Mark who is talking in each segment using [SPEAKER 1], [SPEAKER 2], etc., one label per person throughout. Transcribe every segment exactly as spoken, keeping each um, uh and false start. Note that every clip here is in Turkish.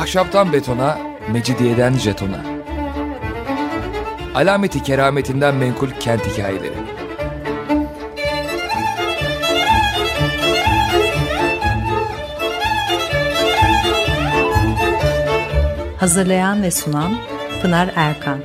[SPEAKER 1] Ahşaptan betona, mecidiyeden jetona. Alameti kerametinden menkul kent hikayeleri.
[SPEAKER 2] Hazırlayan ve sunan Pınar Erkan.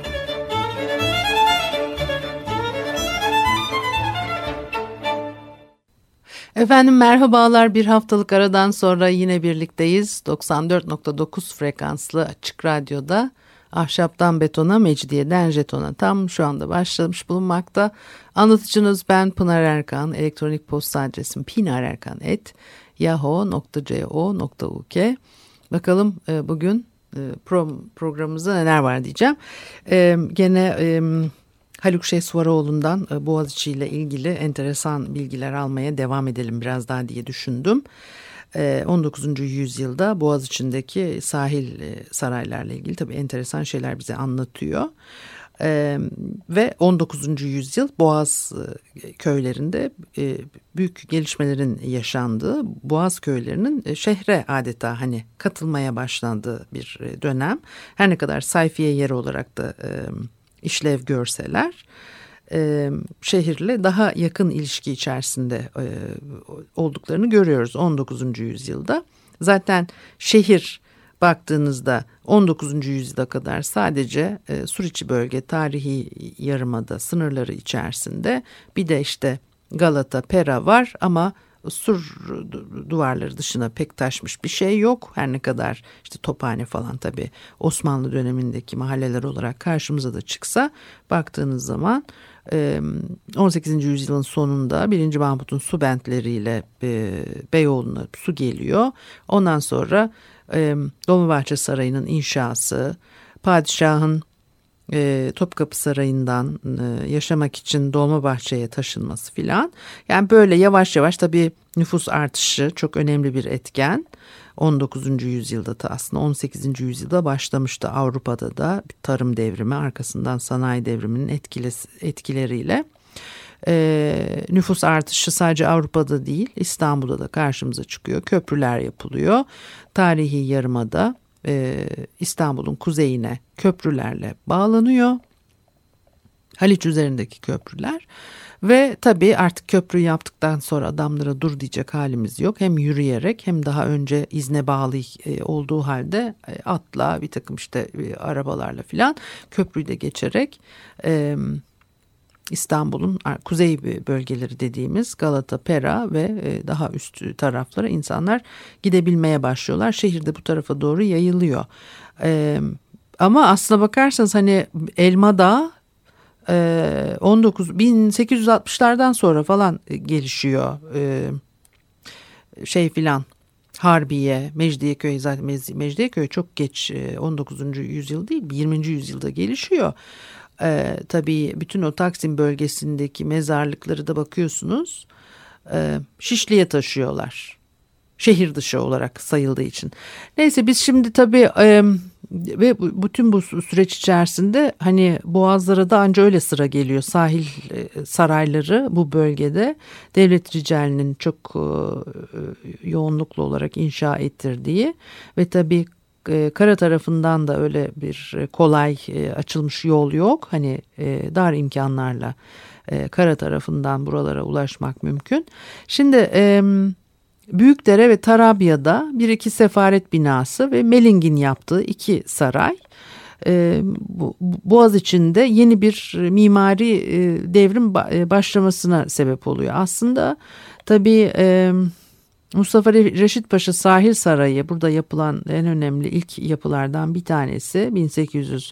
[SPEAKER 3] Efendim merhabalar, bir haftalık aradan sonra yine birlikteyiz. doksan dört nokta dokuz frekanslı Açık Radyo'da Ahşaptan Betona, Mecidiyeden Jeton'a tam şu anda başlamış bulunmakta. Anlatıcınız ben Pınar Erkan. Elektronik posta adresim pinarerkan at yahoo nokta co nokta uk. Bakalım e, bugün e, pro, programımızda neler var diyeceğim. E, gene... E, Haluk Şehsuvaroğlu'ndan Boğaziçi ile ilgili enteresan bilgiler almaya devam edelim biraz daha diye düşündüm. on dokuzuncu yüzyılda Boğaziçi'ndeki sahil saraylarla ilgili tabii enteresan şeyler bize anlatıyor. Ve on dokuzuncu yüzyıl Boğaz köylerinde büyük gelişmelerin yaşandığı, Boğaz köylerinin şehre adeta hani katılmaya başlandığı bir dönem. Her ne kadar sayfiye yeri olarak da işlev görseler, e, şehirle daha yakın ilişki içerisinde e, olduklarını görüyoruz on dokuzuncu yüzyılda. Zaten şehir baktığınızda on dokuzuncu yüzyıla kadar sadece e, Suriçi bölge, tarihi yarımada sınırları içerisinde, bir de işte Galata, Pera var ama sur duvarları dışına pek taşmış bir şey yok. Her ne kadar işte Tophane falan tabii Osmanlı dönemindeki mahalleler olarak karşımıza da çıksa, baktığınız zaman on sekizinci yüzyılın sonunda birinci Mahmut'un su bentleriyle Beyoğlu'na su geliyor. Ondan sonra Dolmabahçe Sarayı'nın inşası, padişahın E, Topkapı Sarayı'ndan e, yaşamak için Dolmabahçe'ye taşınması filan. Yani böyle yavaş yavaş tabii nüfus artışı çok önemli bir etken. on dokuzuncu yüzyılda da aslında on sekizinci yüzyılda başlamıştı Avrupa'da da tarım devrimi, arkasından sanayi devriminin etkilesi, etkileriyle. E, nüfus artışı sadece Avrupa'da değil, İstanbul'da da karşımıza çıkıyor. Köprüler yapılıyor. Tarihi yarımada İstanbul'un kuzeyine köprülerle bağlanıyor. Haliç üzerindeki köprüler ve tabii artık köprü yaptıktan sonra adamlara dur diyecek halimiz yok. Hem yürüyerek hem daha önce izne bağlı olduğu halde atla, bir takım işte arabalarla filan köprüyü de geçerek İstanbul'un kuzey bölgeleri dediğimiz Galata, Pera ve daha üst taraflara insanlar gidebilmeye başlıyorlar. Şehir de bu tarafa doğru yayılıyor. Ee, ama aslına bakarsanız hani Elmadağ e, on dokuz bin sekiz yüz altmışlardan sonra falan gelişiyor. Ee, şey filan Harbiye, Mecidiyeköy, zaten Mecidiyeköy çok geç, on dokuzuncu yüzyıl değil yirminci yüzyılda gelişiyor. Ee, tabii bütün o Taksim bölgesindeki mezarlıkları da bakıyorsunuz, e, Şişli'ye taşıyorlar. Şehir dışı olarak sayıldığı için. Neyse biz şimdi tabii e, ve bütün bu süreç içerisinde hani boğazlara da anca öyle sıra geliyor. Sahil e, sarayları bu bölgede devlet ricalinin çok e, yoğunluklu olarak inşa ettirdiği ve tabii kara tarafından da öyle bir kolay açılmış yol yok. Hani dar imkanlarla kara tarafından buralara ulaşmak mümkün. Şimdi Büyükdere ve Tarabya'da bir iki sefaret binası ve Melling'in yaptığı iki saray Boğaz içinde yeni bir mimari devrim başlamasına sebep oluyor. Aslında tabii Mustafa Reşit Paşa Sahil Sarayı burada yapılan en önemli ilk yapılardan bir tanesi bin sekiz yüz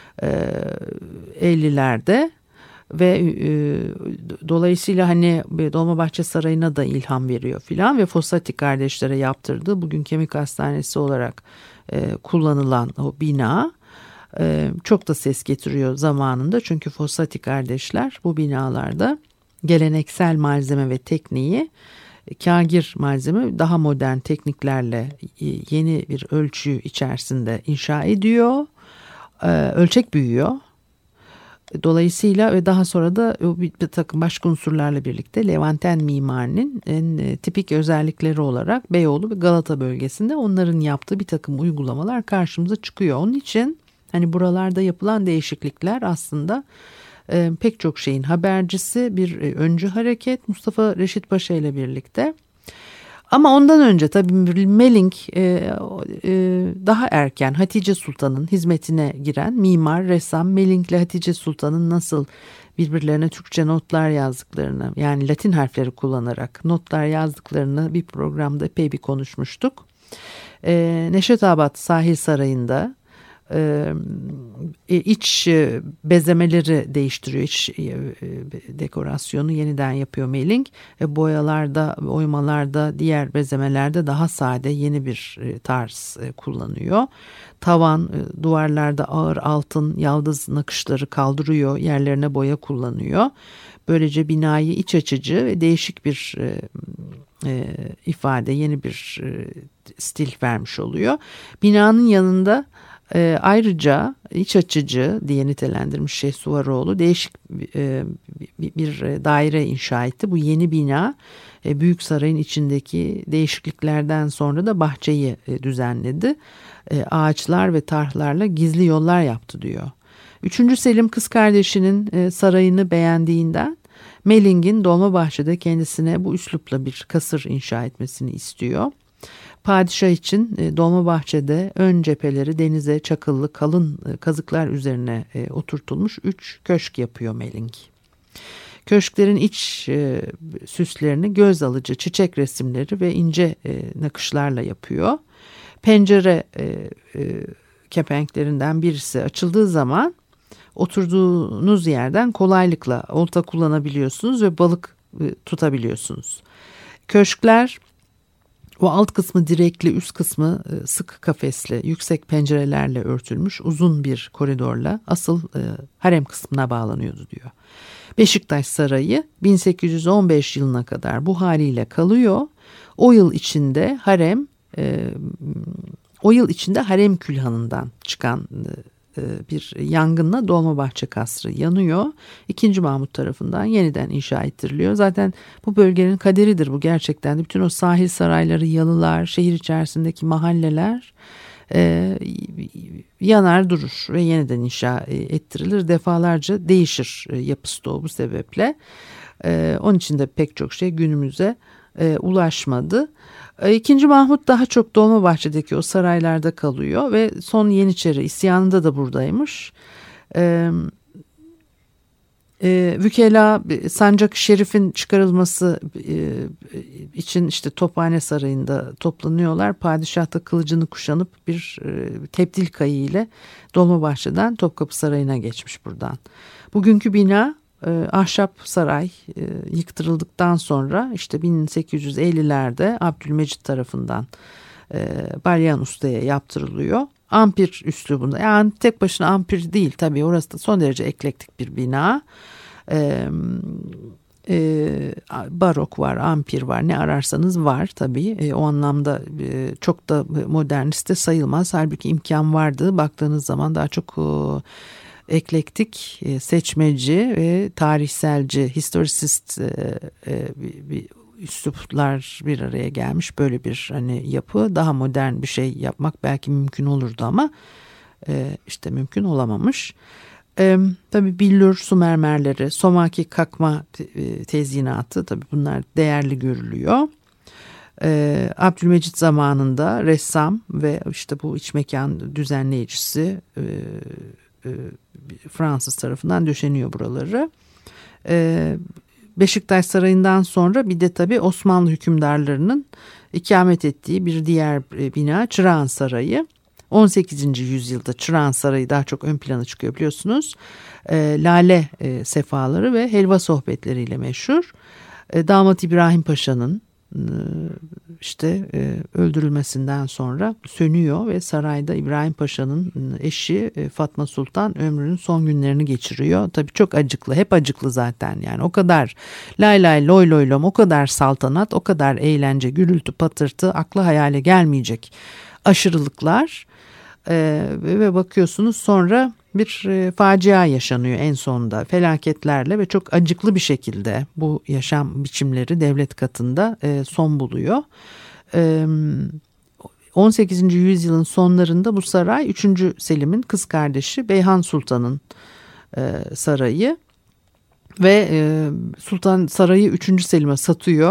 [SPEAKER 3] ellilerde ve e, dolayısıyla hani Dolmabahçe Sarayı'na da ilham veriyor filan ve Fossati kardeşlere yaptırdığı bugün kemik hastanesi olarak e, kullanılan o bina e, çok da ses getiriyor zamanında, çünkü Fossati kardeşler bu binalarda geleneksel malzeme ve tekniği kagir malzeme daha modern tekniklerle yeni bir ölçü içerisinde inşa ediyor. Ölçek büyüyor. Dolayısıyla ve daha sonra da bir, bir takım başka unsurlarla birlikte Levanten mimarinin en e, tipik özellikleri olarak Beyoğlu ve Galata bölgesinde onların yaptığı bir takım uygulamalar karşımıza çıkıyor. Onun için hani buralarda yapılan değişiklikler aslında e, pek çok şeyin habercisi, bir e, öncü hareket Mustafa Reşit Paşa ile birlikte. Ama ondan önce tabii Melink e, e, daha erken Hatice Sultan'ın hizmetine giren mimar, ressam Melink ile Hatice Sultan'ın nasıl birbirlerine Türkçe notlar yazdıklarını, yani Latin harfleri kullanarak notlar yazdıklarını bir programda epey bir konuşmuştuk. E, Neşetabat Sahil Sarayı'nda e, iç bezemeleri değiştiriyor, iç dekorasyonu yeniden yapıyor Melink. Boyalarda, oymalarda, diğer bezemelerde daha sade yeni bir tarz kullanıyor. Tavan, duvarlarda ağır altın yaldız nakışları kaldırıyor, yerlerine boya kullanıyor. Böylece binayı iç açıcı ve değişik bir e, ifade, yeni bir e, stil vermiş oluyor. Binanın yanında E, ayrıca iç açıcı diye nitelendirmiş Şeyh Suvaroğlu değişik e, bir, bir daire inşa etti. Bu yeni bina e, Büyük Sarayın içindeki değişikliklerden sonra da bahçeyi e, düzenledi. E, ağaçlar ve tarhlarla gizli yollar yaptı diyor. Üçüncü Selim kız kardeşinin e, sarayını beğendiğinden Melink'in Dolmabahçe'de kendisine bu üslupla bir kasır inşa etmesini istiyor. Padişah için Dolmabahçe'de ön cepheleri denize çakıllı kalın kazıklar üzerine oturtulmuş üç köşk yapıyor Melink. Köşklerin iç süslerini göz alıcı çiçek resimleri ve ince nakışlarla yapıyor. Pencere kepenklerinden birisi açıldığı zaman oturduğunuz yerden kolaylıkla olta kullanabiliyorsunuz ve balık tutabiliyorsunuz. Köşkler, o alt kısmı direkli, üst kısmı sık kafesli, yüksek pencerelerle örtülmüş uzun bir koridorla asıl e, harem kısmına bağlanıyordu diyor. Beşiktaş Sarayı bin sekiz yüz on beş yılına kadar bu haliyle kalıyor. O yıl içinde harem, e, o yıl içinde harem külhanından çıkan e, bir yangınla Dolmabahçe Kasrı yanıyor. İkinci Mahmut tarafından yeniden inşa ettiriliyor. Zaten bu bölgenin kaderidir bu gerçekten de. Bütün o sahil sarayları, yalılar, şehir içerisindeki mahalleler e, yanar durur ve yeniden inşa ettirilir. Defalarca değişir yapısı da bu sebeple. E, onun için de pek çok şey günümüze e, ulaşmadı. İkinci Mahmut daha çok Dolmabahçe'deki o saraylarda kalıyor ve son Yeniçeri isyanında da buradaymış. Ee, e, Vükela Sancak-ı Şerif'in çıkarılması e, için işte Tophane Sarayı'nda toplanıyorlar. Padişah da kılıcını kuşanıp bir e, tebdil kayı ile Dolmabahçe'den Topkapı Sarayı'na geçmiş buradan. Bugünkü bina Ahşap Saray yıktırıldıktan sonra işte bin sekiz yüz ellilerde Abdülmecit tarafından Balyan Usta'ya yaptırılıyor. Ampir üslubunda, yani tek başına ampir değil tabii, orası da son derece eklektik bir bina. Ee, e, barok var, ampir var, ne ararsanız var tabii. E, o anlamda e, çok da modernist de sayılmaz. Halbuki imkan vardı. Baktığınız zaman daha çok e, eklektik, seçmeci ve tarihselci, historisist e, e, bir, bir üsluplar bir araya gelmiş böyle bir hani yapı. Daha modern bir şey yapmak belki mümkün olurdu ama e, işte mümkün olamamış. E, tabii billur su mermerleri, somaki kakma e, tezyinatı, tabii bunlar değerli görülüyor. E, Abdülmecit zamanında ressam ve işte bu iç mekan düzenleyicisi e, e, Fransız tarafından döşeniyor buraları. E, Beşiktaş Sarayı'ndan sonra bir de tabii Osmanlı hükümdarlarının ikamet ettiği bir diğer bina Çırağan Sarayı. on sekizinci yüzyılda Çırağan Sarayı daha çok ön plana çıkıyor biliyorsunuz. E, lale e, sefaları ve helva sohbetleriyle meşhur. E, Damat İbrahim Paşa'nın e, işte e, öldürülmesinden sonra sönüyor ve sarayda İbrahim Paşa'nın eşi e, Fatma Sultan ömrünün son günlerini geçiriyor. Tabii çok acıklı, hep acıklı zaten, yani o kadar lay lay loy loy lom, o kadar saltanat, o kadar eğlence, gürültü, patırtı, akla hayale gelmeyecek aşırılıklar. E, ve bakıyorsunuz sonra bir e, facia yaşanıyor en sonunda, felaketlerle ve çok acıklı bir şekilde bu yaşam biçimleri devlet katında e, son buluyor. E, on sekizinci yüzyılın sonlarında bu saray üçüncü Selim'in kız kardeşi Beyhan Sultan'ın e, sarayı ve e, Sultan sarayı üçüncü Selim'e satıyor.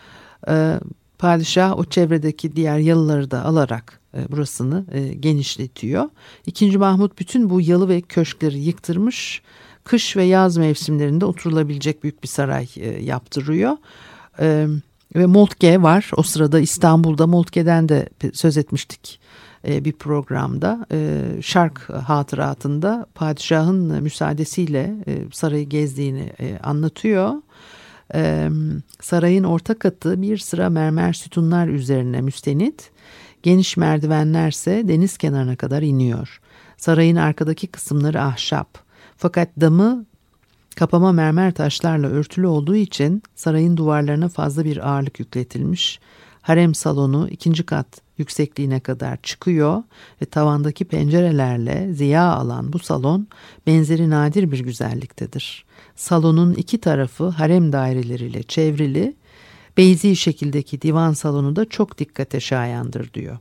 [SPEAKER 3] E, padişah o çevredeki diğer yalıları da alarak e, burasını e, genişletiyor. İkinci Mahmut bütün bu yalı ve köşkleri yıktırmış, kış ve yaz mevsimlerinde oturulabilecek büyük bir saray e, yaptırıyor. E, ve Moltke var o sırada İstanbul'da. Moltke'den de söz etmiştik e, bir programda. E, Şark hatıratında padişahın müsaadesiyle e, sarayı gezdiğini e, anlatıyor. Ee, sarayın orta katı bir sıra mermer sütunlar üzerine müstenit, geniş merdivenlerse deniz kenarına kadar iniyor. Sarayın arkadaki kısımları ahşap, fakat damı kapama mermer taşlarla örtülü olduğu için sarayın duvarlarına fazla bir ağırlık yükletilmiş. Harem salonu ikinci kat yüksekliğine kadar çıkıyor ve tavandaki pencerelerle ziya alan bu salon benzeri nadir bir güzelliktedir. Salonun iki tarafı harem daireleriyle çevrili, beyzi şekildeki divan salonu da çok dikkate şayandır diyor.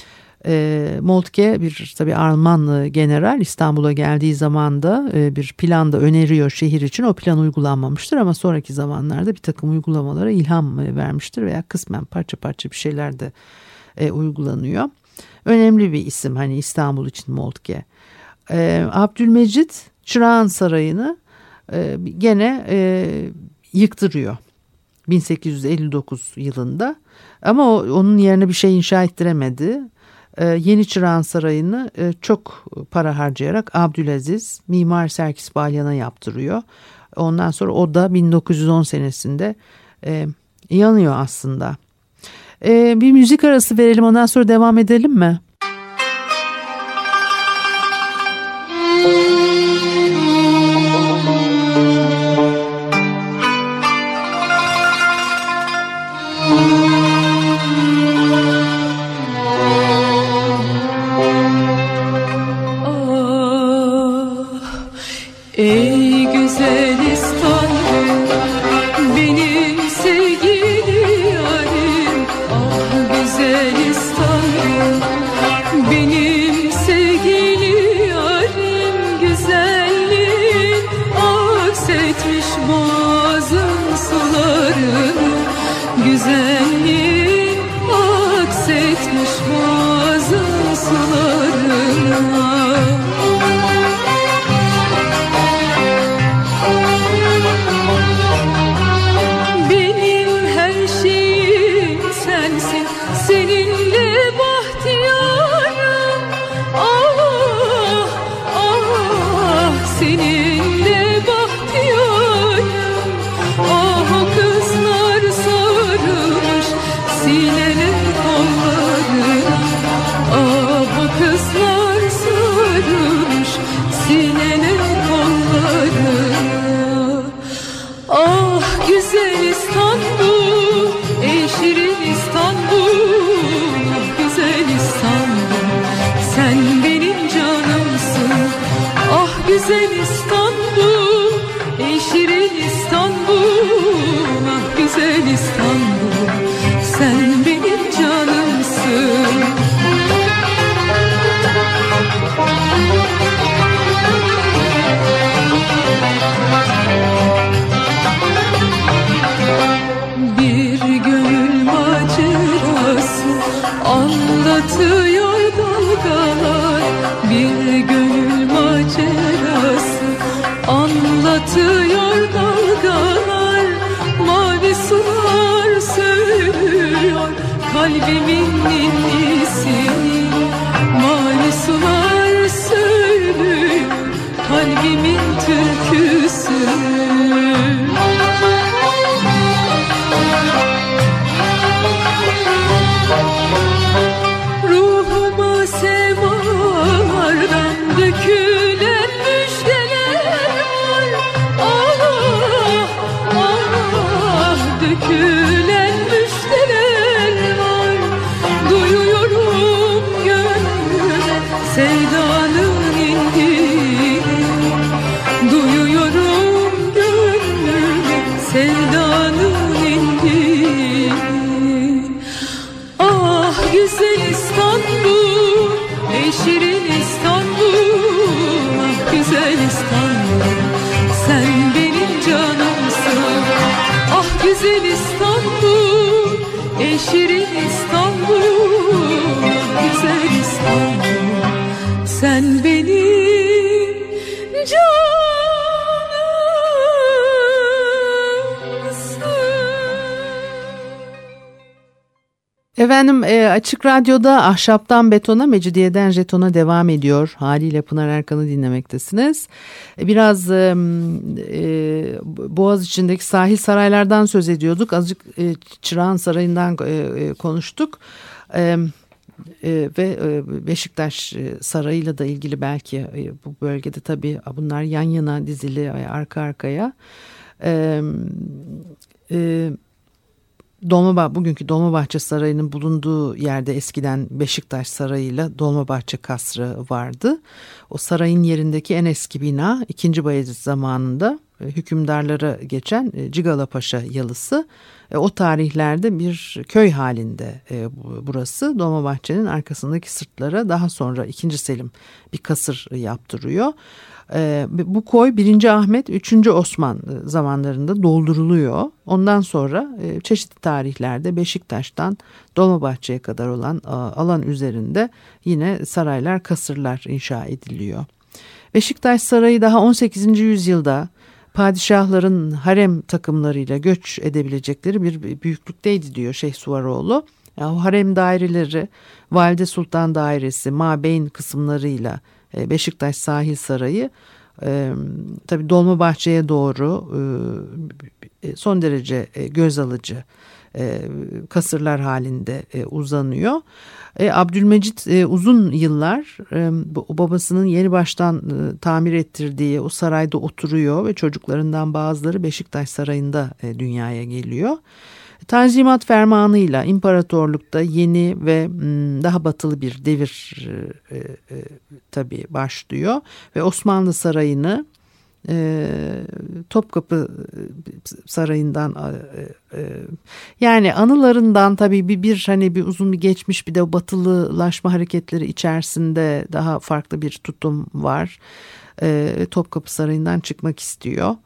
[SPEAKER 3] E, Moltke bir tabii Alman general, İstanbul'a geldiği zaman da e, bir plan da öneriyor şehir için. O plan uygulanmamıştır ama sonraki zamanlarda bir takım uygulamalara ilham e, vermiştir veya kısmen parça parça bir şeyler de e, uygulanıyor. Önemli bir isim hani İstanbul için Moltke. E, Abdülmecit Çırağan Sarayı'nı e, gene e, yıktırıyor bin sekiz yüz elli dokuz yılında ama o, onun yerine bir şey inşa ettiremedi. Ee, Yeni Çırağan Sarayı'nı e, çok para harcayarak Abdülaziz Mimar Serkis Balyan'a yaptırıyor. Ondan sonra o da bin dokuz yüz on senesinde e, yanıyor aslında. E, bir müzik arası verelim, ondan sonra devam edelim mi?
[SPEAKER 4] Ey güzel İstanbul, benim sevgili yarim. Ah güzel İstanbul, benim sevgili yarim. Güzelliğin aksetmiş boğazın sularını, güzelliğin aksetmiş boğazın sularını. Güzel İstanbul, ey şirin İstanbul, ah güzel İstanbul, sen benim canımsın. Bir gönül macerası anlatıyor dalgalar, bir gönül macerası anlatıyor dalgalar. Mavi sular söylüyor kalbimin ninnisini, mavi sular söylüyor kalbimin türküsünü. Ruhuma semalardan dökülen müjdeler var. Ah Mevla'nın indi. Ah güzel İstanbul, ey şirin İstanbul, ah güzel İstanbul, sen benim canımsın. Ah güzel İstanbul, ey şirin İstanbul, ah güzel İstanbul, sen benim canımsın.
[SPEAKER 3] Efendim e, Açık Radyo'da Ahşaptan Betona, Mecidiyeden Jeton'a devam ediyor. Haliyle Pınar Erkan'ı dinlemektesiniz. E, biraz e, e, Boğaz içindeki sahil saraylardan söz ediyorduk. Azıcık e, Çırağan Sarayı'ndan e, e, konuştuk. E, e, ve e, Beşiktaş Sarayı'yla da ilgili belki e, bu bölgede tabii bunlar yan yana dizili, arka arkaya. E, e, Dolmabahçe, bugünkü Dolmabahçe Sarayı'nın bulunduğu yerde eskiden Beşiktaş Sarayı'yla Dolmabahçe Kasrı vardı. O sarayın yerindeki en eski bina ikinci. Bayezid zamanında hükümdarlara geçen Cigalapaşa Yalısı. O tarihlerde bir köy halinde burası. Dolmabahçe'nin arkasındaki sırtlara daha sonra ikinci. Selim bir kasır yaptırıyor. Bu koy birinci. Ahmet, üçüncü. Osman zamanlarında dolduruluyor. Ondan sonra çeşitli tarihlerde Beşiktaş'tan Dolmabahçe'ye kadar olan alan üzerinde yine saraylar, kasırlar inşa ediliyor. Beşiktaş Sarayı daha on sekizinci yüzyılda padişahların harem takımlarıyla göç edebilecekleri bir büyüklükteydi diyor Şeyh Suvaroğlu. Yani o harem daireleri Valide Sultan Dairesi, Mabeyn kısımlarıyla Beşiktaş Sahil Sarayı e, tabii Dolmabahçe'ye doğru e, son derece e, göz alıcı e, kasırlar halinde e, uzanıyor. E, Abdülmecit e, uzun yıllar e, babasının yeni baştan e, tamir ettirdiği o sarayda oturuyor ve çocuklarından bazıları Beşiktaş Sarayı'nda e, dünyaya geliyor. Tanzimat fermanıyla imparatorlukta yeni ve daha batılı bir devir e, e, tabii başlıyor ve Osmanlı Sarayı'nı e, Topkapı Sarayı'ndan e, e, yani anılarından tabii bir, bir hani bir uzun bir geçmiş, bir de batılılaşma hareketleri içerisinde daha farklı bir tutum var. E, Topkapı Sarayı'ndan çıkmak istiyor.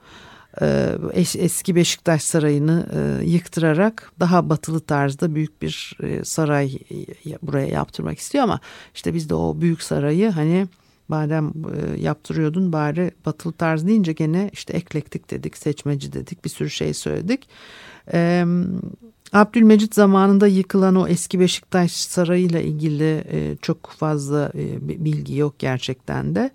[SPEAKER 3] Eski Beşiktaş Sarayı'nı yıktırarak daha batılı tarzda büyük bir saray buraya yaptırmak istiyor ama işte biz de o büyük sarayı hani madem yaptırıyordun bari batılı tarz deyince gene işte eklektik dedik, seçmeci dedik, bir sürü şey söyledik. Abdülmecit zamanında yıkılan o eski Beşiktaş Sarayı ile ilgili çok fazla bilgi yok gerçekten de.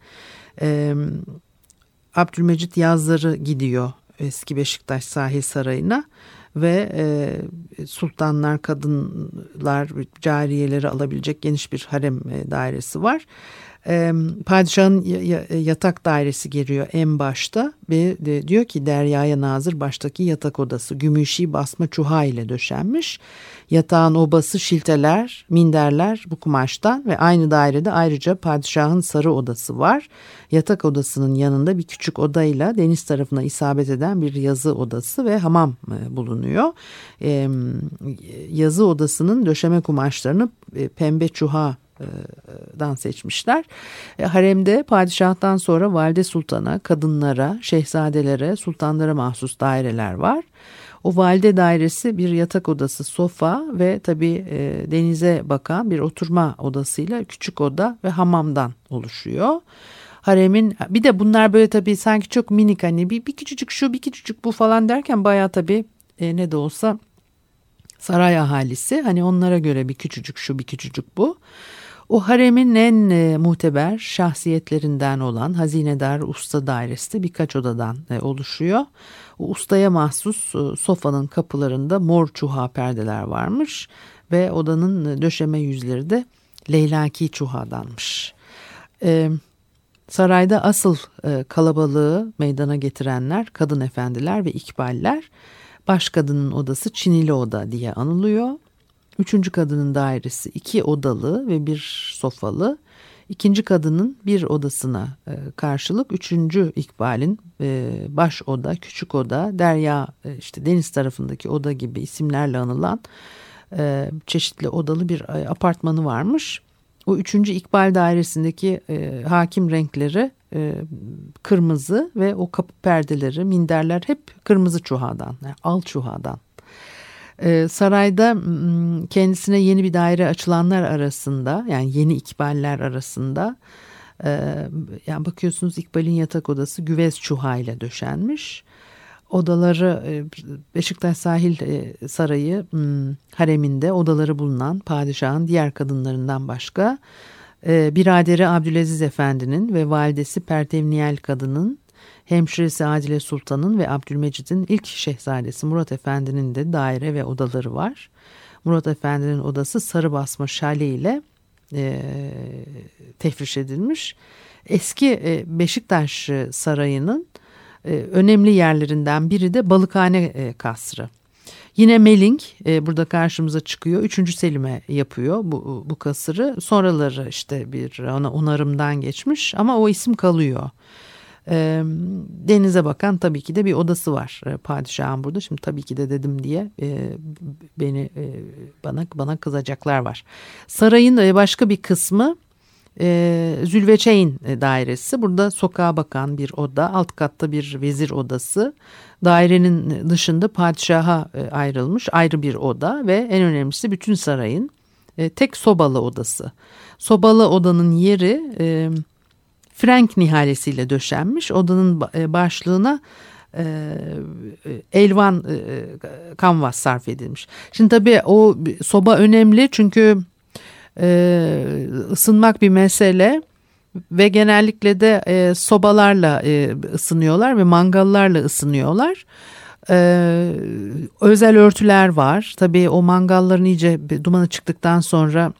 [SPEAKER 3] Abdülmecit yazları gidiyor eski Beşiktaş Sahil Sarayı'na ve e, sultanlar, kadınlar, cariyeleri alabilecek geniş bir harem e, dairesi var. E, padişahın yatak dairesi geliyor en başta ve de, diyor ki deryaya nazır baştaki yatak odası gümüşi basma çuha ile döşenmiş. Yatağın obası şilteler, minderler bu kumaştan ve aynı dairede ayrıca padişahın sarı odası var. Yatak odasının yanında bir küçük odayla deniz tarafına isabet eden bir yazı odası ve hamam bulunuyor. E, yazı odasının döşeme kumaşlarını pembe çuha dan seçmişler. E, haremde padişahtan sonra valide sultana, kadınlara, şehzadelere, sultanlara mahsus daireler var. O valide dairesi bir yatak odası, sofa ve tabii e, denize bakan bir oturma odasıyla küçük oda ve hamamdan oluşuyor. Haremin bir de bunlar böyle tabii sanki çok minik, hani bir, bir küçücük şu bir küçücük bu falan derken bayağı tabii e, ne de olsa saray ahalisi, hani onlara göre bir küçücük şu bir küçücük bu. O haremin en e, muteber şahsiyetlerinden olan hazinedar usta dairesi de birkaç odadan e, oluşuyor. O ustaya mahsus e, sofanın kapılarında mor çuha perdeler varmış ve odanın e, döşeme yüzleri de leylaki çuhadanmış. E, sarayda asıl e, kalabalığı meydana getirenler kadın efendiler ve ikballer. Baş kadının odası Çinili oda diye anılıyor. Üçüncü kadının dairesi iki odalı ve bir sofalı. ikinci kadının bir odasına e, karşılık üçüncü İkbal'in e, baş oda, küçük oda, Derya e, işte deniz tarafındaki oda gibi isimlerle anılan e, çeşitli odalı bir e, apartmanı varmış. O üçüncü İkbal dairesindeki e, hakim renkleri e, kırmızı ve o kapı perdeleri, minderler hep kırmızı çuhadan, yani al çuhadan. Ee, sarayda kendisine yeni bir daire açılanlar arasında, yani yeni İkballer arasında e, yani bakıyorsunuz İkbal'in yatak odası güvez çuha ile döşenmiş. Odaları e, Beşiktaş Sahil e, Sarayı m, hareminde odaları bulunan padişahın diğer kadınlarından başka e, biraderi Abdülaziz Efendi'nin ve validesi Pertevniyel Kadın'ın, hemşiresi Adile Sultan'ın ve Abdülmecid'in ilk şehzadesi Murat Efendi'nin de daire ve odaları var. Murat Efendi'nin odası sarı basma şale ile e, tefriş edilmiş. Eski e, Beşiktaş Sarayı'nın e, önemli yerlerinden biri de Balıkhane e, Kasrı. Yine Meling e, burada karşımıza çıkıyor. Üçüncü Selim'e yapıyor bu, bu kasırı. Sonraları işte bir ona onarımdan geçmiş ama o isim kalıyor. E, denize bakan tabii ki de bir odası var e, padişahın burada. Şimdi tabii ki de dedim diye e, beni e, bana bana kızacaklar var. Sarayın e, başka bir kısmı e, Zülveçeyn dairesi. Burada sokağa bakan bir oda, alt katta bir vezir odası. Dairenin dışında padişaha e, ayrılmış ayrı bir oda ve en önemlisi bütün sarayın e, tek sobalı odası. Sobalı odanın yeri e, Frank nihalesiyle döşenmiş. Odanın başlığına e, elvan e, kanvas sarf edilmiş. Şimdi tabii o soba önemli çünkü e, ısınmak bir mesele ve genellikle de e, sobalarla e, ısınıyorlar ve mangallarla ısınıyorlar. Ee, özel örtüler var. Tabii o mangalların iyice dumanı çıktıktan sonra,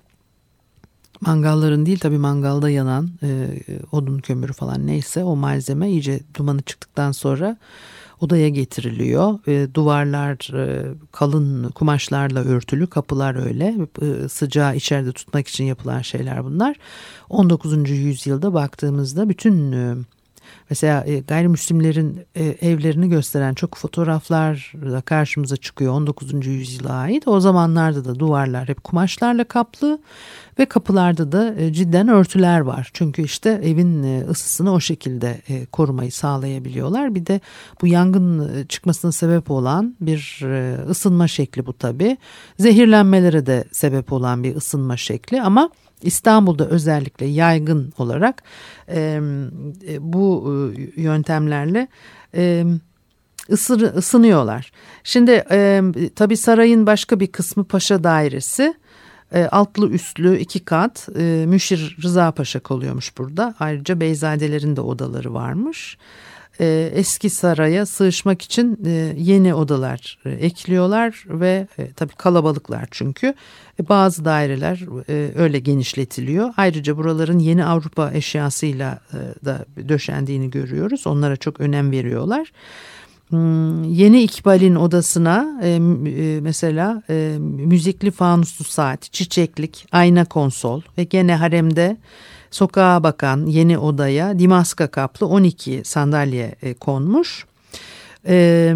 [SPEAKER 3] mangalların değil tabii mangalda yanan e, odun kömürü falan neyse o malzeme iyice dumanı çıktıktan sonra odaya getiriliyor. E, duvarlar e, kalın kumaşlarla örtülü, kapılar öyle. E, sıcağı içeride tutmak için yapılan şeyler bunlar. on dokuzuncu yüzyılda baktığımızda bütün e, mesela e, gayrimüslimlerin e, evlerini gösteren çok fotoğraflar da karşımıza çıkıyor on dokuzuncu yüzyıla ait. O zamanlarda da duvarlar hep kumaşlarla kaplı ve kapılarda da e, cidden örtüler var. Çünkü işte evin e, ısısını o şekilde e, korumayı sağlayabiliyorlar. Bir de bu yangın e, çıkmasına sebep olan bir e, ısınma şekli bu tabii. Zehirlenmelere de sebep olan bir ısınma şekli ama İstanbul'da özellikle yaygın olarak e, bu e, yöntemlerle e, ısır, ısınıyorlar. Şimdi e, tabii sarayın başka bir kısmı Paşa Dairesi. E, altlı üstlü iki kat e, Müşir Rıza Paşa kalıyormuş burada. Ayrıca beyzadelerin de odaları varmış. E, eski saraya sığışmak için e, yeni odalar e, ekliyorlar ve e, tabii kalabalıklar çünkü e, bazı daireler e, öyle genişletiliyor. Ayrıca buraların yeni Avrupa eşyasıyla e, da döşendiğini görüyoruz. Onlara çok önem veriyorlar. Hmm, yeni İkbal'in odasına e, e, mesela e, müzikli fanuslu saat, çiçeklik, ayna konsol ve gene haremde sokağa bakan yeni odaya Dimaska kaplı on iki sandalye e, konmuş. E,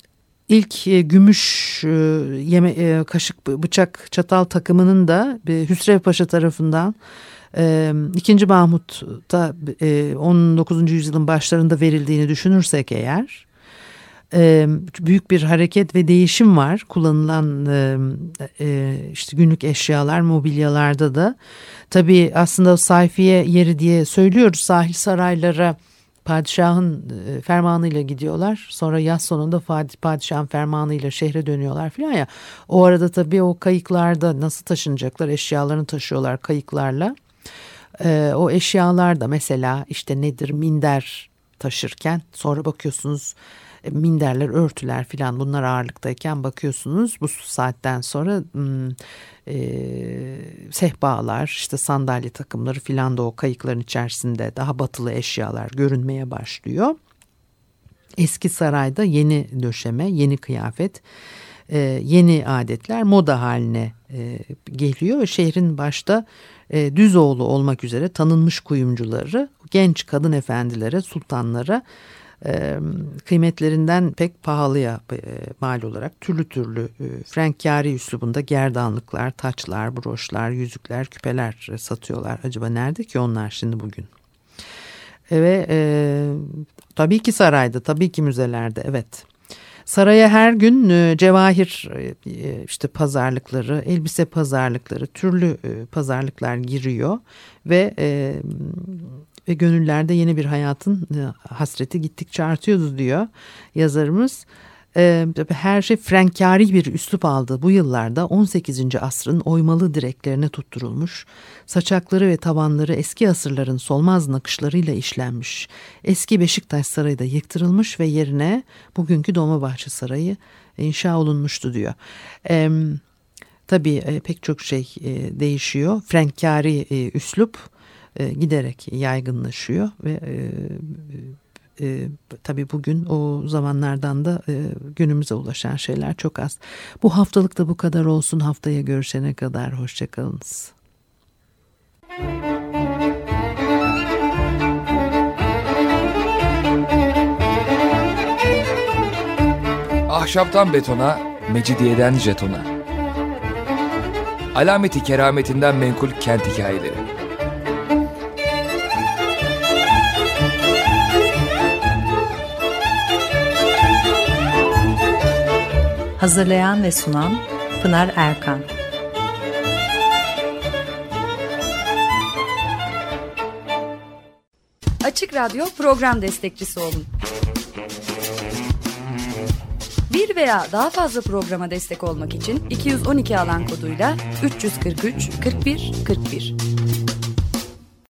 [SPEAKER 3] ilk e, gümüş e, yeme, e, kaşık, bıçak, çatal takımının da e, Hüsrev Paşa tarafından e, ikinci. Mahmut'ta e, on dokuzuncu yüzyılın başlarında verildiğini düşünürsek eğer, e, büyük bir hareket ve değişim var. Kullanılan e, e, işte günlük eşyalar, mobilyalarda da. Tabii aslında sayfiye yeri diye söylüyoruz. Sahil saraylara padişahın e, fermanıyla gidiyorlar. Sonra yaz sonunda padişahın fermanıyla şehre dönüyorlar falan ya. O arada tabii o kayıklarda nasıl taşınacaklar? Eşyalarını taşıyorlar kayıklarla. E, o eşyalar da mesela işte nedir? Minder taşırken sonra bakıyorsunuz minderler, örtüler filan bunlar ağırlıktayken bakıyorsunuz bu saatten sonra e, sehpalar, işte sandalye takımları filan da o kayıkların içerisinde daha batılı eşyalar görünmeye başlıyor. Eski sarayda yeni döşeme, yeni kıyafet. e, yeni adetler moda haline e, geliyor ve şehrin başta e, Düzoğlu olmak üzere tanınmış kuyumcuları genç kadın efendilere, sultanlara e, kıymetlerinden pek pahalıya e, mal olarak türlü türlü e, Frankari üslubunda gerdanlıklar, taçlar, broşlar, yüzükler, küpeler e, satıyorlar. Acaba nerede ki onlar şimdi bugün? E, ve e, tabii ki sarayda, tabii ki müzelerde, evet. Saraya her gün e, cevahir e, işte pazarlıkları, elbise pazarlıkları, türlü e, pazarlıklar giriyor ve e, ve gönüllerde yeni bir hayatın e, hasreti gittikçe artıyordu diyor yazarımız. E, her şey Frankari bir üslup aldı. Bu yıllarda on sekizinci asrın oymalı direklerine tutturulmuş, saçakları ve tavanları eski asırların solmaz nakışlarıyla işlenmiş. Eski Beşiktaş Sarayı da yıktırılmış ve yerine bugünkü Dolmabahçe Sarayı inşa olunmuştu diyor. E, tabii e, pek çok şey e, değişiyor. Frankari e, üslup e, giderek yaygınlaşıyor ve e, e, tabii bugün o zamanlardan da e, günümüze ulaşan şeyler çok az. Bu haftalık da bu kadar olsun. Haftaya görüşene kadar hoşçakalınız.
[SPEAKER 1] Ahşaptan betona, mecidiyeden jetona. Alameti kerametinden menkul kent hikayeleri.
[SPEAKER 2] Hazırlayan ve sunan Pınar Erkan.
[SPEAKER 5] Açık Radyo program destekçisi olun. Bir veya daha fazla programa destek olmak için iki yüz on iki alan koduyla üç yüz kırk üç kırk bir kırk bir.